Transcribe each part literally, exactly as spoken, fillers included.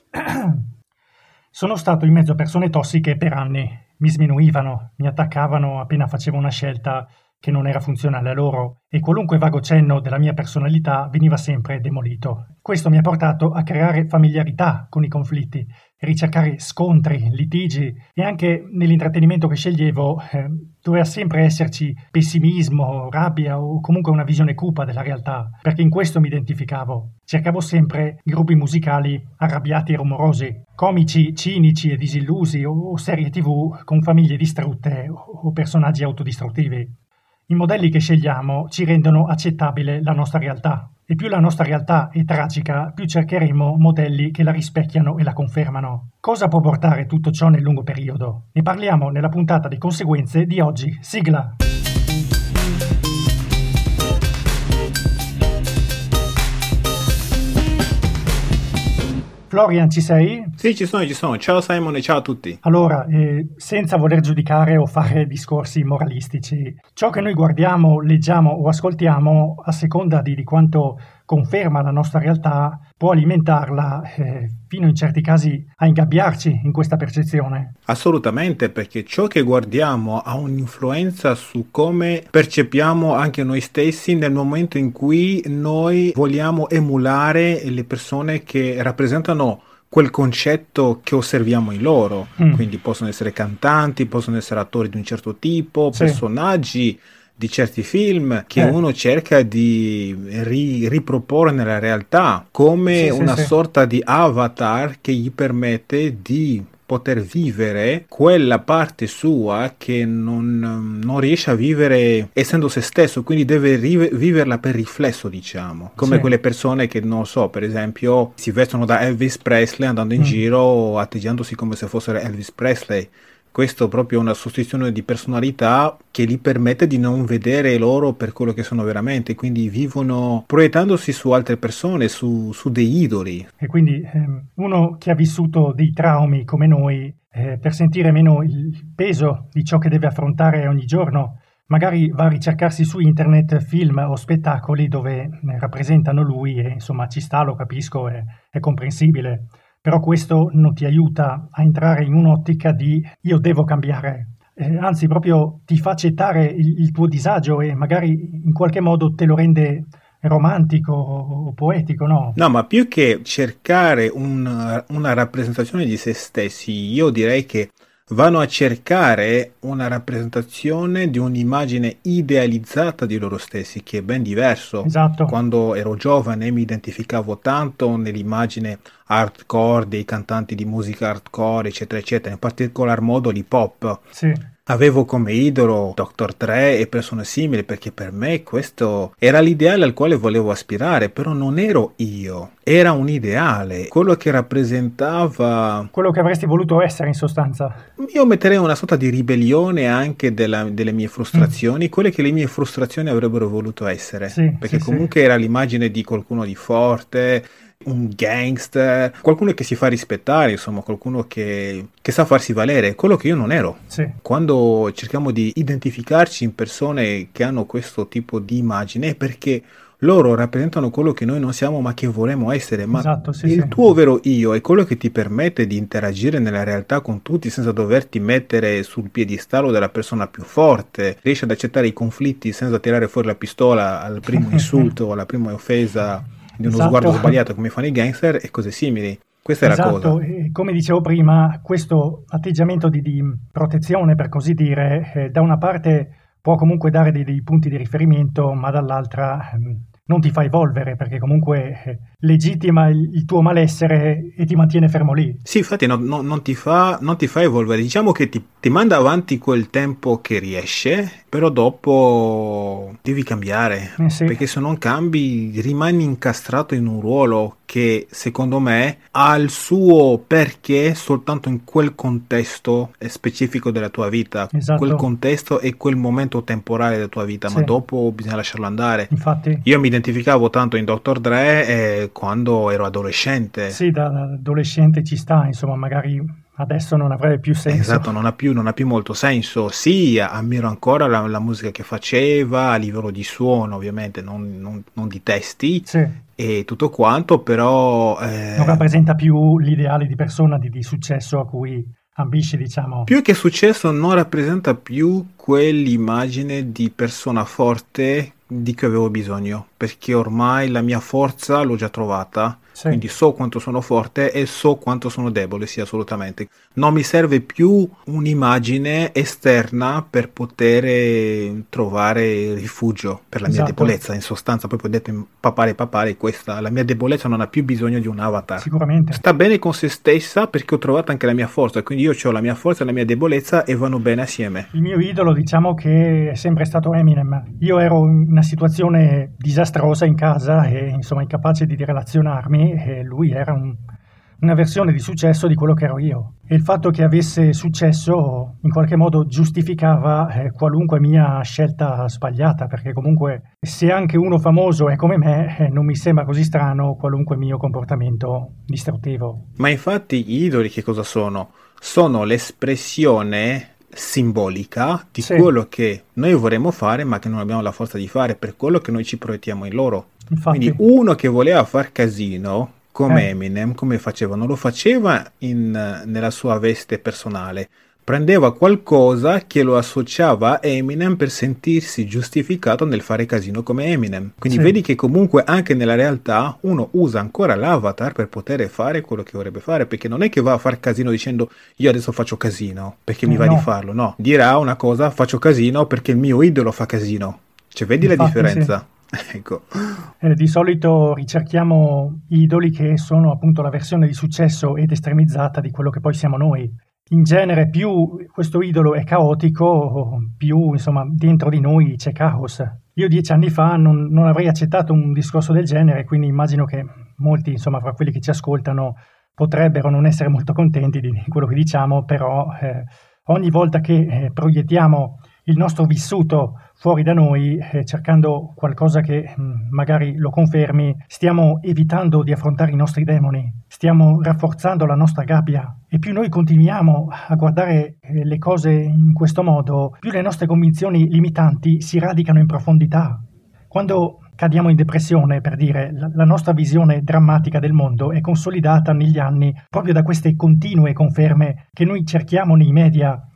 Sono stato in mezzo a persone tossiche per anni. Mi sminuivano, mi attaccavano appena facevo una scelta che non era funzionale a loro e qualunque vago cenno della mia personalità veniva sempre demolito. Questo mi ha portato a creare familiarità con i conflitti, ricercare scontri, litigi e anche nell'intrattenimento che sceglievo eh, doveva sempre esserci pessimismo, rabbia o comunque una visione cupa della realtà, perché in questo mi identificavo. Cercavo sempre gruppi musicali arrabbiati e rumorosi, comici cinici e disillusi o serie tivù con famiglie distrutte o personaggi autodistruttivi. I modelli che scegliamo ci rendono accettabile la nostra realtà e più la nostra realtà è tragica, più cercheremo modelli che la rispecchiano e la confermano. Cosa può portare tutto ciò nel lungo periodo? Ne parliamo nella puntata di conseguenze di oggi. Sigla! Florian, ci sei? Sì, ci sono, ci sono. Ciao Simon e ciao a tutti. Allora, eh, senza voler giudicare o fare discorsi moralistici, ciò che noi guardiamo, leggiamo o ascoltiamo, a seconda di, di quanto conferma la nostra realtà, può alimentarla eh, fino in certi casi a ingabbiarci in questa percezione. Assolutamente, perché ciò che guardiamo ha un'influenza su come percepiamo anche noi stessi nel momento in cui noi vogliamo emulare le persone che rappresentano quel concetto che osserviamo in loro. Mm. Quindi possono essere cantanti, possono essere attori di un certo tipo, sì. personaggi di certi film che eh. uno cerca di ri- riproporre nella realtà come sì, una sì, sorta sì. di avatar che gli permette di poter vivere quella parte sua che non, non riesce a vivere essendo se stesso, quindi deve rive- viverla per riflesso, diciamo, come sì. quelle persone che, non so, per esempio si vestono da Elvis Presley andando in mm. giro atteggiandosi come se fossero Elvis Presley. Questo è proprio una sostituzione di personalità che gli permette di non vedere loro per quello che sono veramente, quindi vivono proiettandosi su altre persone, su, su dei idoli. E quindi ehm, uno che ha vissuto dei traumi come noi, eh, per sentire meno il peso di ciò che deve affrontare ogni giorno, magari va a ricercarsi su internet film o spettacoli dove rappresentano lui e insomma ci sta, lo capisco, è, è comprensibile. Però questo non ti aiuta a entrare in un'ottica di io devo cambiare, eh, anzi proprio ti fa accettare il, il tuo disagio e magari in qualche modo te lo rende romantico o poetico, no? No, ma più che cercare un, una rappresentazione di se stessi, io direi che vanno a cercare una rappresentazione di un'immagine idealizzata di loro stessi, che è ben diverso. Esatto. Quando ero giovane mi identificavo tanto nell'immagine hardcore dei cantanti di musica hardcore, eccetera, eccetera, in particolar modo l'hip hop. Sì. Avevo come idolo doctor Dre e persone simili, perché per me questo era l'ideale al quale volevo aspirare, però non ero io, era un ideale, quello che rappresentava... Quello che avresti voluto essere in sostanza. Io metterei una sorta di ribellione anche della, delle mie frustrazioni, mm. quelle che le mie frustrazioni avrebbero voluto essere, sì, perché sì, comunque sì. era l'immagine di qualcuno di forte, un gangster, qualcuno che si fa rispettare, insomma, qualcuno che, che sa farsi valere, quello che io non ero. Sì. Quando cerchiamo di identificarci in persone che hanno questo tipo di immagine è perché loro rappresentano quello che noi non siamo ma che vorremmo essere, ma esatto, sì, il sì. tuo vero io è quello che ti permette di interagire nella realtà con tutti senza doverti mettere sul piedistallo della persona più forte, riesci ad accettare i conflitti senza tirare fuori la pistola al primo insulto o alla prima offesa di uno esatto. sguardo sbagliato come fanno i gangster e cose simili. Questa è esatto. la cosa. E come dicevo prima, questo atteggiamento di, di protezione, per così dire, eh, da una parte può comunque dare dei, dei punti di riferimento, ma dall'altra ehm, non ti fa evolvere, perché comunque eh, legittima il, il tuo malessere e ti mantiene fermo lì. Sì, infatti no, no, non, ti fa, non ti fa evolvere, diciamo che ti, ti manda avanti quel tempo che riesce, però dopo devi cambiare, eh sì. perché se non cambi rimani incastrato in un ruolo che secondo me ha il suo perché soltanto in quel contesto specifico della tua vita, esatto. quel contesto e quel momento temporale della tua vita, sì. ma dopo bisogna lasciarlo andare. Infatti io mi identificavo tanto in doctor Dre eh, quando ero adolescente. Sì, da, da adolescente ci sta, insomma, magari adesso non avrebbe più senso. Esatto, non ha più, non ha più molto senso. Sì, ammiro ancora la, la musica che faceva a livello di suono, ovviamente, non, non, non di testi. Sì. e tutto quanto, però eh... non rappresenta più l'ideale di persona di, di successo a cui ambisci, diciamo. Più che successo non rappresenta più quell'immagine di persona forte di cui avevo bisogno, perché ormai la mia forza l'ho già trovata, sì. Quindi so quanto sono forte e so quanto sono debole, sì, assolutamente. Non mi serve più un'immagine esterna per poter trovare rifugio per la esatto. mia debolezza, in sostanza, proprio detto in papare papare, questa, la mia debolezza non ha più bisogno di un avatar. Sicuramente. Sta bene con se stessa perché ho trovato anche la mia forza, quindi io ho la mia forza e la mia debolezza e vanno bene assieme. Il mio idolo, diciamo che è sempre stato Eminem. Io ero in una situazione disastrosa in casa e insomma incapace di relazionarmi, e lui era un, una versione di successo di quello che ero io, e il fatto che avesse successo in qualche modo giustificava eh, qualunque mia scelta sbagliata, perché comunque se anche uno famoso è come me eh, non mi sembra così strano qualunque mio comportamento distruttivo. Ma infatti gli idoli che cosa sono? Sono l'espressione simbolica di sì. quello che noi vorremmo fare ma che non abbiamo la forza di fare, per quello che noi ci proiettiamo in loro. Infatti. Quindi uno che voleva far casino come eh. Eminem, come faceva? Non lo faceva in, nella sua veste personale, prendeva qualcosa che lo associava a Eminem per sentirsi giustificato nel fare casino come Eminem. Quindi sì. vedi che comunque anche nella realtà uno usa ancora l'avatar per poter fare quello che vorrebbe fare, perché non è che va a far casino dicendo io adesso faccio casino perché mi va no. di farlo, no, dirà una cosa, faccio casino perché il mio idolo fa casino, cioè vedi Infatti, la differenza? Sì. Ecco. Eh, di solito ricerchiamo idoli che sono appunto la versione di successo ed estremizzata di quello che poi siamo noi. In genere più questo idolo è caotico, più insomma dentro di noi c'è caos. Io dieci anni fa non, non avrei accettato un discorso del genere, quindi immagino che molti insomma fra quelli che ci ascoltano potrebbero non essere molto contenti di quello che diciamo, però eh, ogni volta che eh, proiettiamo il nostro vissuto fuori da noi, eh, cercando qualcosa che mh, magari lo confermi, stiamo evitando di affrontare i nostri demoni, stiamo rafforzando la nostra gabbia, e più noi continuiamo a guardare eh, le cose in questo modo, più le nostre convinzioni limitanti si radicano in profondità. Quando cadiamo in depressione, per dire, la, la nostra visione drammatica del mondo è consolidata negli anni proprio da queste continue conferme che noi cerchiamo nei media.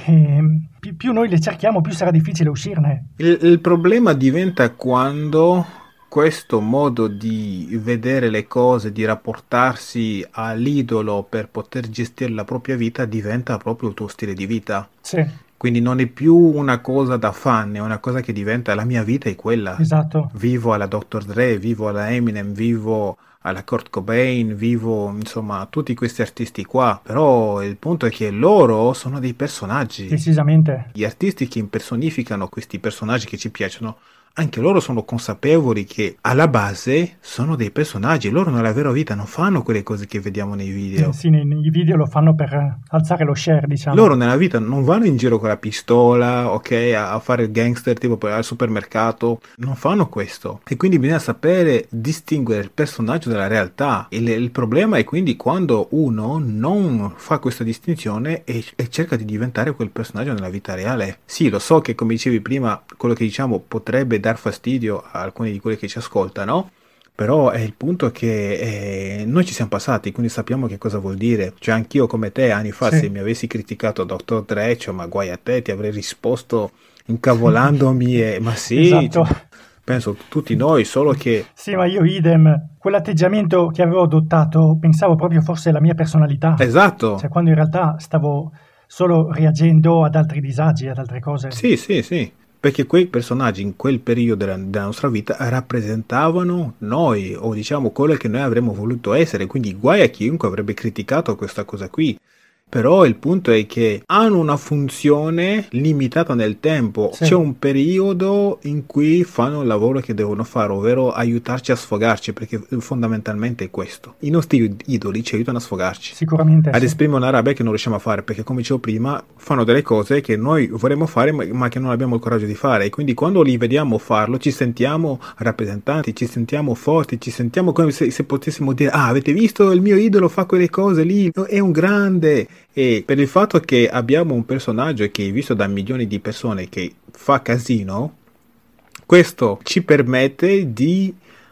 E più, più noi le cerchiamo, più sarà difficile uscirne. Il, il problema diventa quando questo modo di vedere le cose, di rapportarsi all'idolo per poter gestire la propria vita, diventa proprio il tuo stile di vita. Sì. Quindi non è più una cosa da fan, è una cosa che diventa la mia vita, è quella. Esatto. Vivo alla doctor Dre, vivo alla Eminem, vivo alla Kurt Cobain, vivo insomma tutti questi artisti qua, però il punto è che loro sono dei personaggi. Decisamente. Gli artisti che impersonificano questi personaggi che ci piacciono, anche loro sono consapevoli che alla base sono dei personaggi, loro nella vera vita non fanno quelle cose che vediamo nei video. Eh sì, nei, nei video lo fanno per alzare lo share, diciamo. Loro nella vita non vanno in giro con la pistola, ok, a, a fare il gangster tipo per, al supermercato, non fanno questo. E quindi bisogna sapere distinguere il personaggio dalla realtà. Il, il problema è quindi quando uno non fa questa distinzione e, e cerca di diventare quel personaggio nella vita reale. Sì, lo so che come dicevi prima, quello che diciamo potrebbe dar fastidio a alcuni di quelli che ci ascoltano, però è il punto che eh, noi ci siamo passati, quindi sappiamo che cosa vuol dire. Cioè anch'io come te anni fa, sì. se mi avessi criticato doctor Dre, cioè, ma guai a te, ti avrei risposto incavolandomi e ma sì, esatto. cioè, penso tutti noi, solo che sì, ma io idem, quell'atteggiamento che avevo adottato pensavo proprio fosse la mia personalità, esatto, cioè quando in realtà stavo solo reagendo ad altri disagi, ad altre cose. Sì, sì, sì. Perché quei personaggi in quel periodo della, della nostra vita rappresentavano noi, o diciamo quello che noi avremmo voluto essere, quindi guai a chiunque avrebbe criticato questa cosa qui. Però il punto è che hanno una funzione limitata nel tempo, sì. C'è un periodo in cui fanno il lavoro che devono fare, ovvero aiutarci a sfogarci, perché fondamentalmente è questo. I nostri idoli ci aiutano a sfogarci, sicuramente, ad sì. esprimere una rabbia che non riusciamo a fare, perché come dicevo prima fanno delle cose che noi vorremmo fare ma che non abbiamo il coraggio di fare, e quindi quando li vediamo farlo ci sentiamo rappresentanti, ci sentiamo forti, ci sentiamo come se, se potessimo dire ah, avete visto il mio idolo fa quelle cose lì, è un grande. E per il fatto che abbiamo un personaggio che è visto da milioni di persone che fa casino, questo ci permette di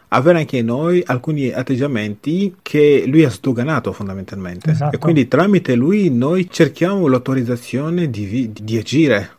avere anche noi alcuni atteggiamenti che lui ha sdoganato fondamentalmente. Esatto. E quindi tramite lui noi cerchiamo l'autorizzazione di, vi- di agire.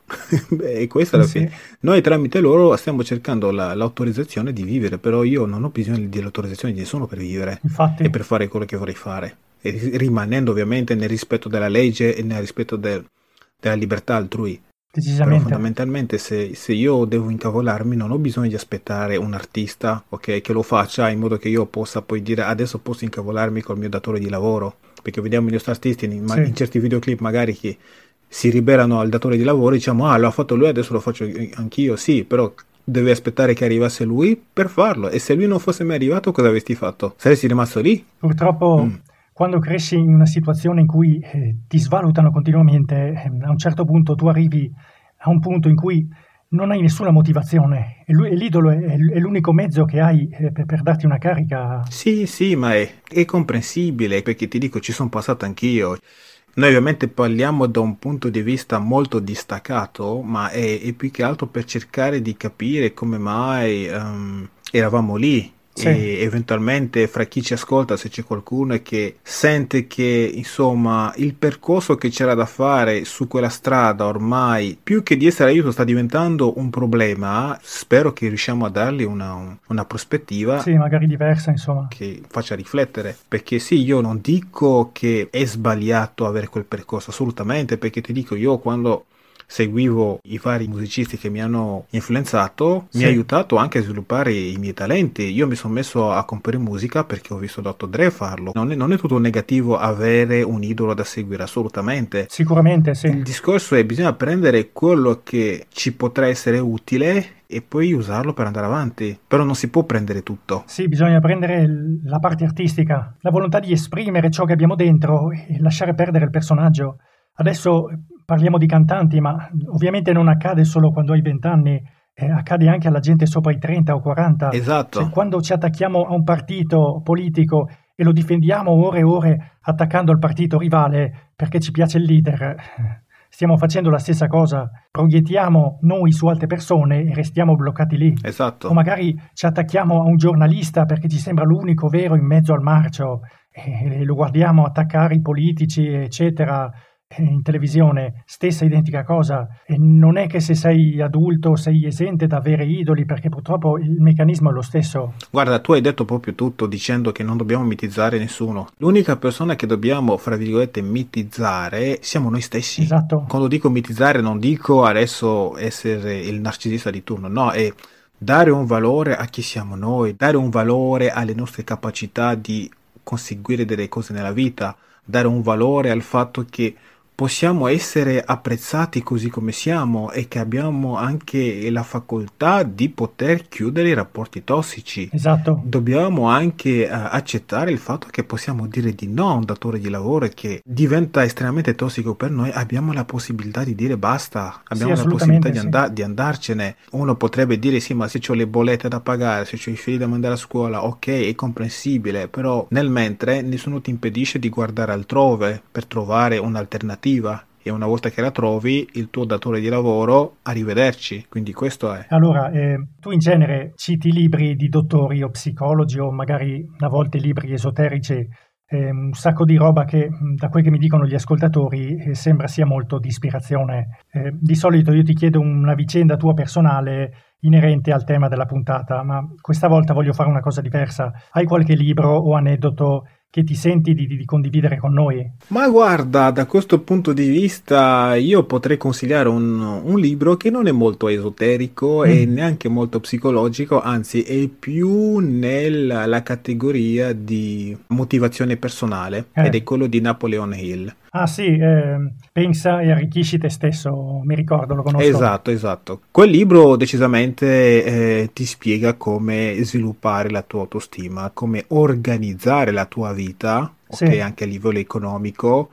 E questa alla Sì, fine. sì. Noi tramite loro stiamo cercando la- l'autorizzazione di vivere, però io non ho bisogno dell'autorizzazione di nessuno per vivere Infatti, e per fare quello che vorrei fare. E ri- rimanendo ovviamente nel rispetto della legge e nel rispetto del- della libertà altrui. Però decisamente. fondamentalmente se, se io devo incavolarmi non ho bisogno di aspettare un artista, ok, che lo faccia in modo che io possa poi dire adesso posso incavolarmi col mio datore di lavoro, perché vediamo i nostri artisti in, ma- Sì. in certi videoclip magari che si ribellano al datore di lavoro, diciamo ah l'ha fatto lui adesso lo faccio anch'io, sì, però devi aspettare che arrivasse lui per farlo, e se lui non fosse mai arrivato cosa avresti fatto? Saresti rimasto lì? Purtroppo, Mm. quando cresci in una situazione in cui eh, ti svalutano continuamente, eh, a un certo punto tu arrivi a un punto in cui non hai nessuna motivazione e, lui, e l'idolo è, è l'unico mezzo che hai eh, per, per darti una carica. Sì, sì, ma è, è comprensibile, perché ti dico, ci sono passato anch'io. Noi ovviamente parliamo da un punto di vista molto distaccato, ma è, è più che altro per cercare di capire come mai ehm, eravamo lì. Sì. E eventualmente fra chi ci ascolta, se c'è qualcuno che sente che insomma il percorso che c'era da fare su quella strada ormai più che di essere aiuto sta diventando un problema, spero che riusciamo a dargli una, una prospettiva Sì, magari diversa, insomma. che faccia riflettere, perché sì, io non dico che è sbagliato avere quel percorso, assolutamente, perché ti dico, io quando seguivo i vari musicisti che mi hanno influenzato, Sì. mi ha aiutato anche a sviluppare i miei talenti. Io mi sono messo a comporre musica perché ho visto dottor Dre farlo. Non è, non è tutto negativo avere un idolo da seguire, assolutamente. Sicuramente, sì. Il discorso è bisogna prendere quello che ci potrà essere utile e poi usarlo per andare avanti, però non si può prendere tutto. Sì, bisogna prendere l- la parte artistica, la volontà di esprimere ciò che abbiamo dentro e lasciare perdere il personaggio. Adesso eh, parliamo di cantanti, ma ovviamente non accade solo quando hai venti anni, eh, accade anche alla gente sopra i trenta o quaranta. Esatto. Cioè, quando ci attacchiamo a un partito politico e lo difendiamo ore e ore attaccando il partito rivale perché ci piace il leader, eh, stiamo facendo la stessa cosa, proiettiamo noi su altre persone e restiamo bloccati lì. Esatto. O magari ci attacchiamo a un giornalista perché ci sembra l'unico vero in mezzo al marcio e lo guardiamo attaccare i politici, eccetera, in televisione, stessa identica cosa. E non è che se sei adulto sei esente da avere idoli, perché purtroppo il meccanismo è lo stesso. Guarda, tu hai detto proprio tutto dicendo che non dobbiamo mitizzare nessuno. L'unica persona che dobbiamo, fra virgolette, mitizzare siamo noi stessi. Esatto. Quando dico mitizzare non dico adesso essere il narcisista di turno, no, è dare un valore a chi siamo noi, dare un valore alle nostre capacità di conseguire delle cose nella vita, dare un valore al fatto che possiamo essere apprezzati così come siamo e che abbiamo anche la facoltà di poter chiudere i rapporti tossici. Esatto. Dobbiamo anche uh, accettare il fatto che possiamo dire di no a un datore di lavoro che diventa estremamente tossico per noi. Abbiamo la possibilità di dire basta, abbiamo Sì, la possibilità di, sì. and- di andarcene. Uno potrebbe dire sì, ma se ho le bollette da pagare, se ho i figli da mandare a scuola, ok, è comprensibile, però nel mentre nessuno ti impedisce di guardare altrove per trovare un'alternativa. E una volta che la trovi, il tuo datore di lavoro, arrivederci. Quindi questo è. Allora, eh, tu in genere citi libri di dottori o psicologi o magari a volte libri esoterici, eh, un sacco di roba che, da quel che mi dicono gli ascoltatori, eh, sembra sia molto di ispirazione. Eh, di solito io ti chiedo una vicenda tua personale inerente al tema della puntata, ma questa volta voglio fare una cosa diversa. Hai qualche libro o aneddoto che ti senti di, di condividere con noi? Ma guarda, da questo punto di vista io potrei consigliare un, un libro che non è molto esoterico mm. e neanche molto psicologico, anzi è più nella categoria di motivazione personale eh. ed è quello di Napoleon Hill. Ah sì, eh, pensa e arricchisci te stesso, mi ricordo, lo conosco. Esatto, esatto. Quel libro decisamente eh, ti spiega come sviluppare la tua autostima, come organizzare la tua vita, sì. ok, anche a livello economico,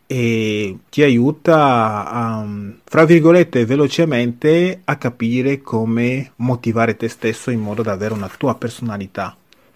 e ti aiuta a, fra virgolette, velocemente a capire come motivare te stesso in modo da avere una tua personalità.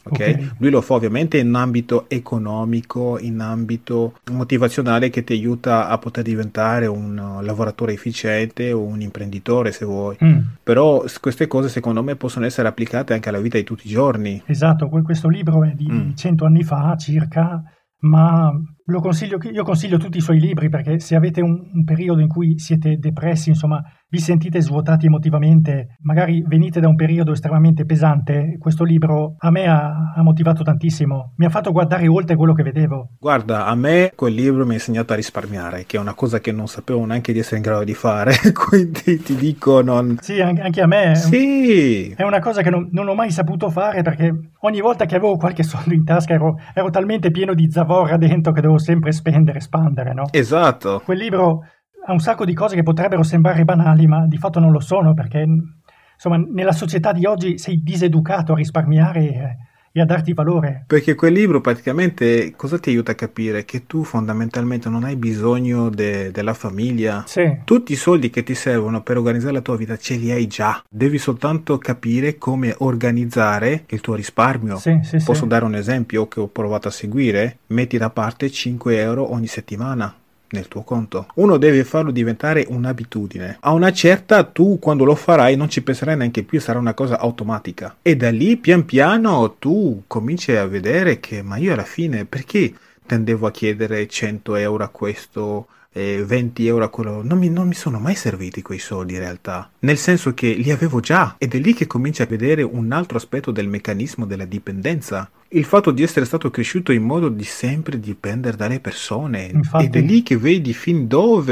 Okay? ok? Lui lo fa ovviamente in ambito economico, in ambito motivazionale, che ti aiuta a poter diventare un lavoratore efficiente o un imprenditore, se vuoi. Mm. Però queste cose secondo me possono essere applicate anche alla vita di tutti i giorni. Esatto, questo libro è di Mm. cento anni fa circa, ma lo consiglio, io consiglio tutti i suoi libri, perché se avete un, un periodo in cui siete depressi, insomma, vi sentite svuotati emotivamente, magari venite da un periodo estremamente pesante, questo libro a me ha, ha motivato tantissimo, mi ha fatto guardare oltre quello che vedevo. Guarda, a me quel libro mi ha insegnato a risparmiare, che è una cosa che non sapevo neanche di essere in grado di fare, quindi ti dico non... Sì, anche, anche a me. Sì! È una cosa che non, non ho mai saputo fare, perché ogni volta che avevo qualche soldo in tasca ero, ero talmente pieno di zavorra dentro che dovevo sempre spendere, spandere, no? Esatto! Quel libro ha un sacco di cose che potrebbero sembrare banali, ma di fatto non lo sono, perché insomma nella società di oggi sei diseducato a risparmiare e, e a darti valore. Perché quel libro praticamente cosa ti aiuta a capire? Che tu fondamentalmente non hai bisogno de- della famiglia. Sì. Tutti i soldi che ti servono per organizzare la tua vita ce li hai già. Devi soltanto capire come organizzare il tuo risparmio. Sì, sì, Posso sì. dare un esempio che ho provato a seguire? Metti da parte cinque euro ogni settimana nel tuo conto. Uno deve farlo diventare un'abitudine. A una certa, tu quando lo farai non ci penserai neanche più, sarà una cosa automatica. E da lì pian piano tu cominci a vedere che ma io alla fine perché tendevo a chiedere cento euro a questo, eh, venti euro a quello? Non mi, non mi sono mai serviti quei soldi in realtà. Nel senso che li avevo già. Ed è lì che cominci a vedere un altro aspetto del meccanismo della dipendenza. Il fatto di essere stato cresciuto in modo di sempre dipendere dalle persone. Infatti. Ed è lì che vedi fin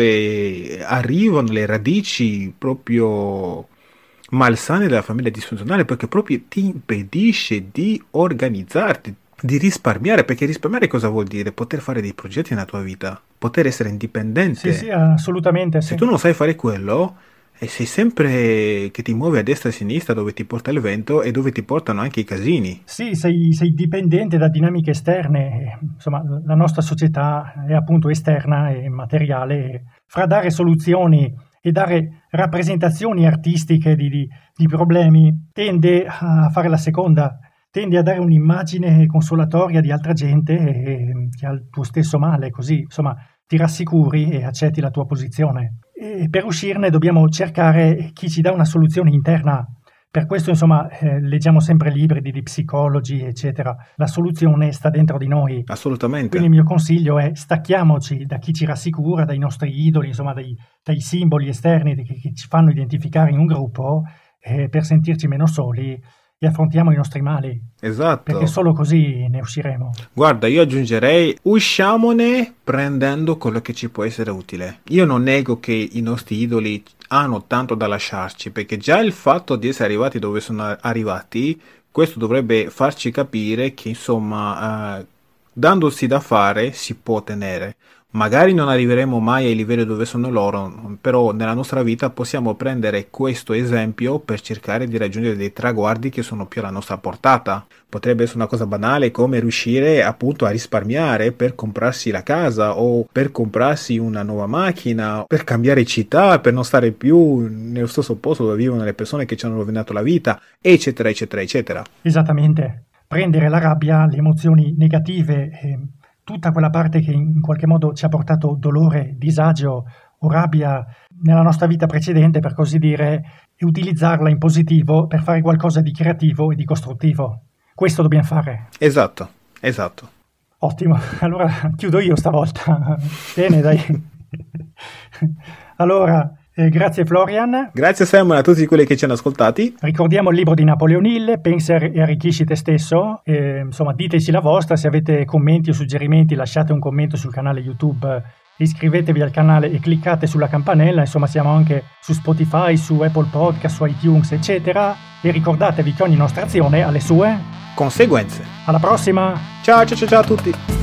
dove arrivano le radici proprio malsane della famiglia disfunzionale, perché proprio ti impedisce di organizzarti, di risparmiare. Perché risparmiare cosa vuol dire? Poter fare dei progetti nella tua vita, poter essere indipendente. Sì, sì, assolutamente. Se Sì. tu non sai fare quello, e sei sempre che ti muovi a destra e a sinistra dove ti porta il vento e dove ti portano anche i casini. Sì, sei, sei dipendente da dinamiche esterne, insomma la nostra società è appunto esterna e materiale, fra dare soluzioni e dare rappresentazioni artistiche di, di, di problemi tende a fare la seconda, tende a dare un'immagine consolatoria di altra gente e, che ha il tuo stesso male, così insomma ti rassicuri e accetti la tua posizione. E per uscirne dobbiamo cercare chi ci dà una soluzione interna. Per questo, insomma, eh, leggiamo sempre libri di, di psicologi, eccetera. La soluzione sta dentro di noi. Assolutamente. Quindi il mio consiglio è stacchiamoci da chi ci rassicura, dai nostri idoli, insomma, dai, dai simboli esterni che, che ci fanno identificare in un gruppo, eh, per sentirci meno soli, e affrontiamo i nostri mali. Esatto. Perché solo così ne usciremo. Guarda, io aggiungerei, usciamone prendendo quello che ci può essere utile. Io non nego che i nostri idoli hanno tanto da lasciarci, perché già il fatto di essere arrivati dove sono arrivati, questo dovrebbe farci capire che insomma, eh, dandosi da fare si può ottenere. Magari non arriveremo mai ai livelli dove sono loro, però nella nostra vita possiamo prendere questo esempio per cercare di raggiungere dei traguardi che sono più alla nostra portata. Potrebbe essere una cosa banale come riuscire appunto a risparmiare per comprarsi la casa o per comprarsi una nuova macchina, per cambiare città, per non stare più nello stesso posto dove vivono le persone che ci hanno rovinato la vita, eccetera, eccetera, eccetera. Esattamente. Prendere la rabbia, le emozioni negative, eh, tutta quella parte che in qualche modo ci ha portato dolore, disagio o rabbia nella nostra vita precedente, per così dire, e utilizzarla in positivo per fare qualcosa di creativo e di costruttivo. Questo dobbiamo fare. Esatto, esatto. Ottimo, allora chiudo io stavolta. Bene, dai. Allora, eh, grazie Florian. Grazie Simon a tutti quelli che ci hanno ascoltati. Ricordiamo il libro di Napoleon Hill, Pensa e arricchisci te stesso. Eh, insomma, diteci la vostra, se avete commenti o suggerimenti lasciate un commento sul canale YouTube, iscrivetevi al canale e cliccate sulla campanella. Insomma, siamo anche su Spotify, su Apple Podcast, su iTunes, eccetera. E ricordatevi che ogni nostra azione ha le sue conseguenze. Alla prossima! Ciao ciao ciao, ciao a tutti!